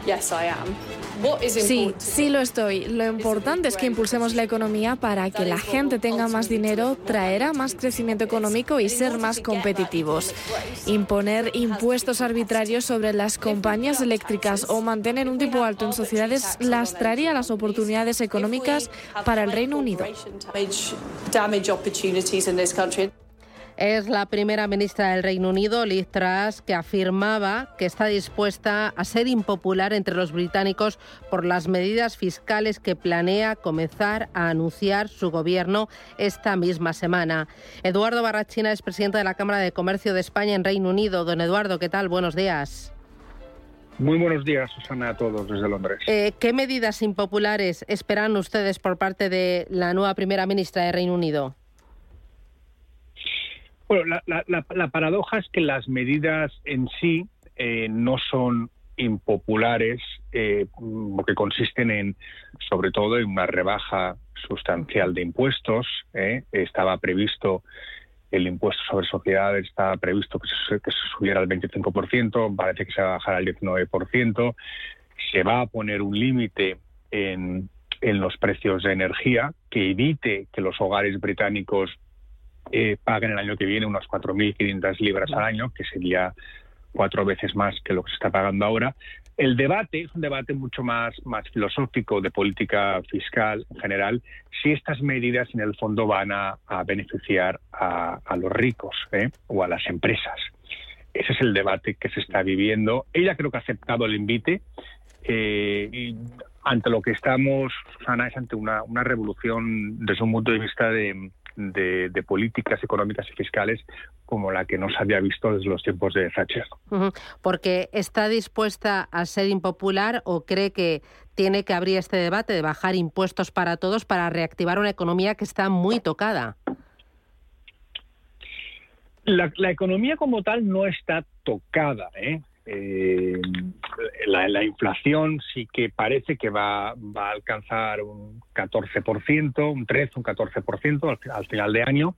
Sí lo estoy. Lo importante es que impulsemos la economía para que la gente tenga más dinero, traerá más crecimiento económico y ser más competitivos. Imponer impuestos arbitrarios sobre las compañías eléctricas o mantener un tipo alto en sociedades lastraría las oportunidades económicas para el Reino Unido. Es la primera ministra del Reino Unido, Liz Truss, que afirmaba que está dispuesta a ser impopular entre los británicos por las medidas fiscales que planea comenzar a anunciar su gobierno esta misma semana. Eduardo Barrachina es presidente de la Cámara de Comercio de España en Reino Unido. Don Eduardo, ¿qué tal? Buenos días. Muy buenos días, Susana, a todos desde Londres. ¿Qué medidas impopulares esperan ustedes por parte de la nueva primera ministra de Reino Unido? Bueno, la paradoja es que las medidas en sí no son impopulares, porque consisten sobre todo en una rebaja sustancial de impuestos. Estaba previsto el impuesto sobre sociedades, estaba previsto que se subiera al 25%, parece que se va a bajar al 19%. Se va a poner un límite en los precios de energía que evite que los hogares británicos paguen el año que viene unas 4.500 libras al año, que sería 4 veces más que lo que se está pagando ahora. El debate es un debate mucho más filosófico de política fiscal en general, si estas medidas en el fondo van a beneficiar a los ricos o a las empresas. Ese es el debate que se está viviendo. Ella creo que ha aceptado el invite. Y ante lo que estamos, Susana, es ante una revolución desde un punto de vista de políticas económicas y fiscales como la que no se había visto desde los tiempos de Thatcher. Porque está dispuesta a ser impopular o cree que tiene que abrir este debate de bajar impuestos para todos para reactivar una economía que está muy tocada. La economía como tal no está tocada, la inflación sí que parece que va a alcanzar un 14%, un 13, un 14% al final de año.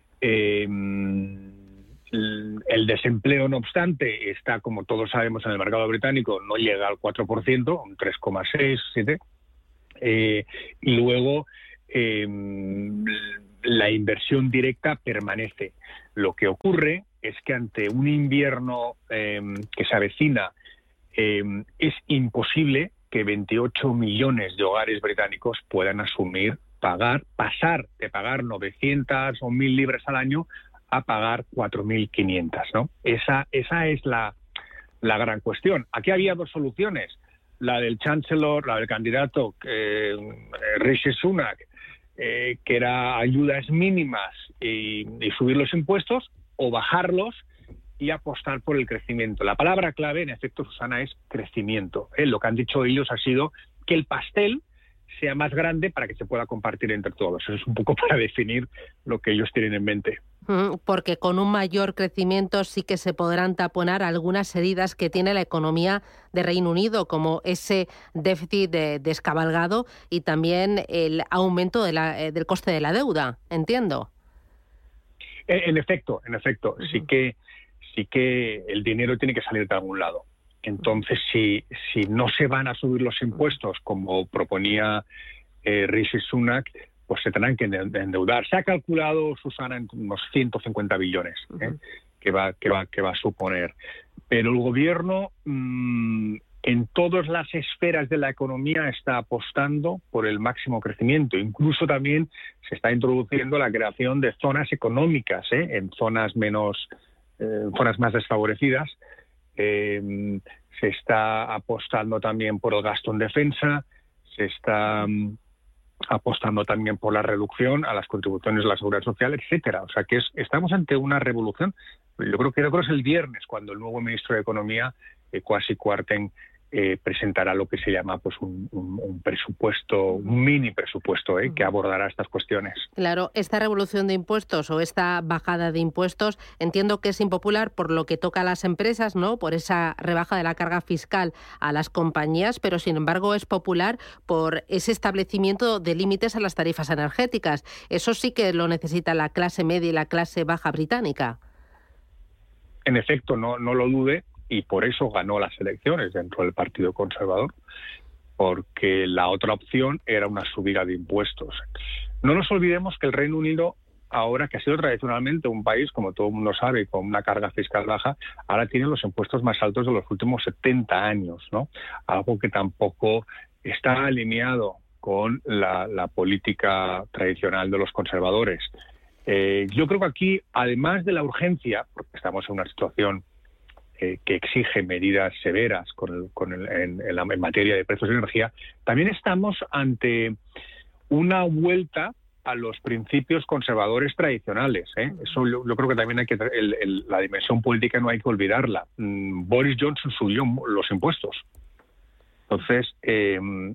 El desempleo, no obstante, está, como todos sabemos, en el mercado británico, no llega al 4%, un 3,6, 7. Y luego la inversión directa permanece. Lo que ocurre es que ante un invierno que se avecina, es imposible que 28 millones de hogares británicos puedan pasar de pagar 900 o 1.000 libras al año a pagar 4.500, ¿no? Esa es la gran cuestión. Aquí había dos soluciones. La del Chancellor, la del candidato Rishi Sunak, que era ayudas mínimas y subir los impuestos, o bajarlos y apostar por el crecimiento. La palabra clave, en efecto, Susana, es crecimiento. Lo que han dicho ellos ha sido que el pastel sea más grande para que se pueda compartir entre todos. Eso es un poco para definir lo que ellos tienen en mente. Porque con un mayor crecimiento sí que se podrán taponar algunas heridas que tiene la economía de Reino Unido, como ese déficit descabalgado y también el aumento del coste de la deuda, entiendo. En efecto, sí que el dinero tiene que salir de algún lado. Entonces, si no se van a subir los impuestos como proponía Rishi Sunak, pues se tendrán que endeudar. Se ha calculado, Susana, en unos 150 billones que va a suponer. Pero el gobierno en todas las esferas de la economía está apostando por el máximo crecimiento. Incluso también se está introduciendo la creación de zonas económicas en zonas más desfavorecidas. Se está apostando también por el gasto en defensa, se está apostando también por la reducción a las contribuciones de la seguridad social, etcétera. O sea que estamos ante una revolución. Yo creo que es el viernes cuando el nuevo ministro de Economía, Kwasi Kwarteng, presentará lo que se llama pues un presupuesto, un mini presupuesto que abordará estas cuestiones. Claro, esta revolución de impuestos o esta bajada de impuestos entiendo que es impopular por lo que toca a las empresas, ¿no? Por esa rebaja de la carga fiscal a las compañías, pero sin embargo es popular por ese establecimiento de límites a las tarifas energéticas. Eso sí que lo necesita la clase media y la clase baja británica. En efecto, no lo dude. y por eso ganó las elecciones dentro del Partido Conservador, porque la otra opción era una subida de impuestos. No nos olvidemos que el Reino Unido, ahora que ha sido tradicionalmente un país, como todo el mundo sabe, con una carga fiscal baja, ahora tiene los impuestos más altos de los últimos 70 años, ¿no? Algo que tampoco está alineado con la política tradicional de los conservadores. Yo creo que aquí, además de la urgencia, porque estamos en una situación que exige medidas severas en materia de precios de energía, también estamos ante una vuelta a los principios conservadores tradicionales. Eso yo creo que también hay que la dimensión política no hay que olvidarla. Boris Johnson subió los impuestos. Entonces, en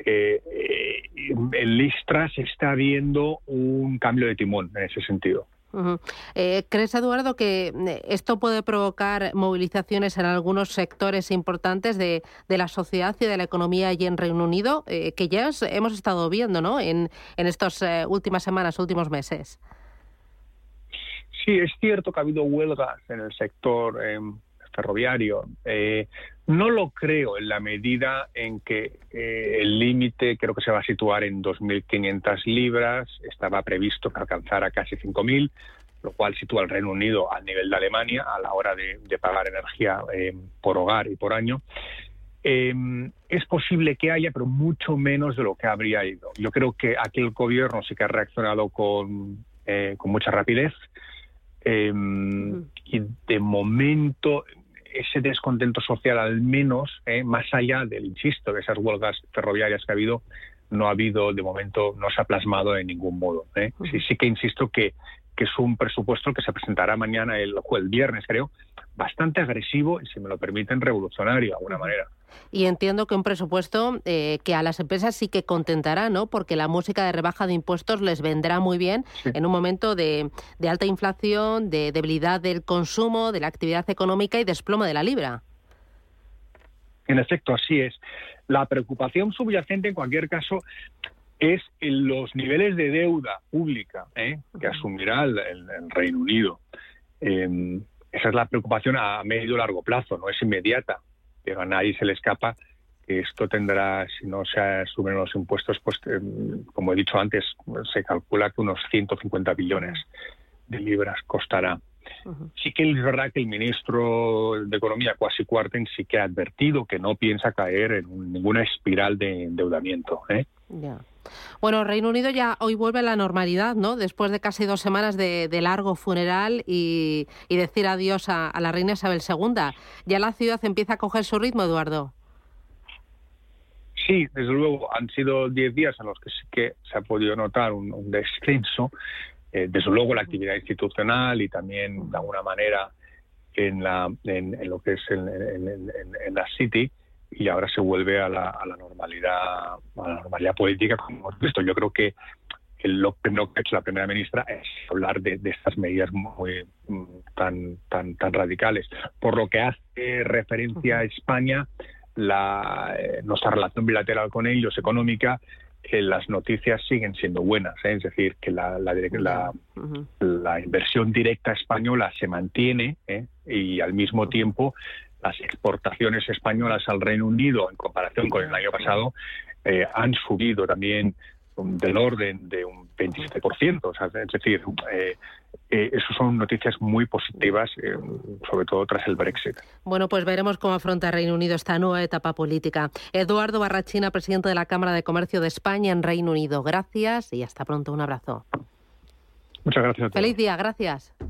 Liz Truss está viendo un cambio de timón en ese sentido. Uh-huh. ¿Crees, Eduardo, que esto puede provocar movilizaciones en algunos sectores importantes de la sociedad y de la economía allí en Reino Unido, que ya hemos estado viendo, ¿no?, en estas últimas semanas, últimos meses? Sí, es cierto que ha habido huelgas en el sector ferroviario. No lo creo en la medida en que el límite creo que se va a situar en 2.500 libras, estaba previsto que alcanzara casi 5.000, lo cual sitúa al Reino Unido al nivel de Alemania a la hora de pagar energía por hogar y por año. Es posible que haya, pero mucho menos de lo que habría ido. Yo creo que aquí el gobierno sí que ha reaccionado con mucha rapidez y de momento ese descontento social, al menos, más allá del, insisto, de esas huelgas ferroviarias que ha habido, no ha habido, de momento, no se ha plasmado de ningún modo. Sí que insisto que es un presupuesto que se presentará mañana, el viernes, creo, bastante agresivo y, si me lo permiten, revolucionario, de alguna manera. Y entiendo que un presupuesto que a las empresas sí que contentará, ¿no? Porque la música de rebaja de impuestos les vendrá muy bien en un momento de alta inflación, de debilidad del consumo, de la actividad económica y desplome de la libra. En efecto, así es. La preocupación subyacente, en cualquier caso, es en los niveles de deuda pública que asumirá el Reino Unido. Esa es la preocupación a medio y largo plazo, no es inmediata. Pero a nadie se le escapa que esto tendrá, si no se asumen los impuestos, pues como he dicho antes, se calcula que unos 150 billones de libras costará. Uh-huh. Sí que es verdad que el ministro de Economía, Kwasi Kwarteng, sí que ha advertido que no piensa caer en ninguna espiral de endeudamiento. Ya. Bueno, Reino Unido ya hoy vuelve a la normalidad, ¿no? Después de casi 2 semanas de largo funeral y decir adiós a la reina Isabel II. ¿Ya la ciudad empieza a coger su ritmo, Eduardo? Sí, desde luego. Han sido 10 días en los que sí que se ha podido notar un descenso. Desde luego la actividad institucional y también, de alguna manera, en lo que es en la City. Y ahora se vuelve a la normalidad política, como hemos visto. Yo creo que lo primero que ha hecho la primera ministra es hablar de estas medidas muy tan radicales. Por lo que hace referencia a España, nuestra relación bilateral con ellos, económica, las noticias siguen siendo buenas. Es decir, que la inversión directa española se mantiene y al mismo tiempo las exportaciones españolas al Reino Unido, en comparación con el año pasado, han subido también del orden de un 27%. O sea, es decir, eso son noticias muy positivas, sobre todo tras el Brexit. Bueno, pues veremos cómo afronta el Reino Unido esta nueva etapa política. Eduardo Barrachina, presidente de la Cámara de Comercio de España en Reino Unido. Gracias y hasta pronto. Un abrazo. Muchas gracias a todos. Feliz día, gracias.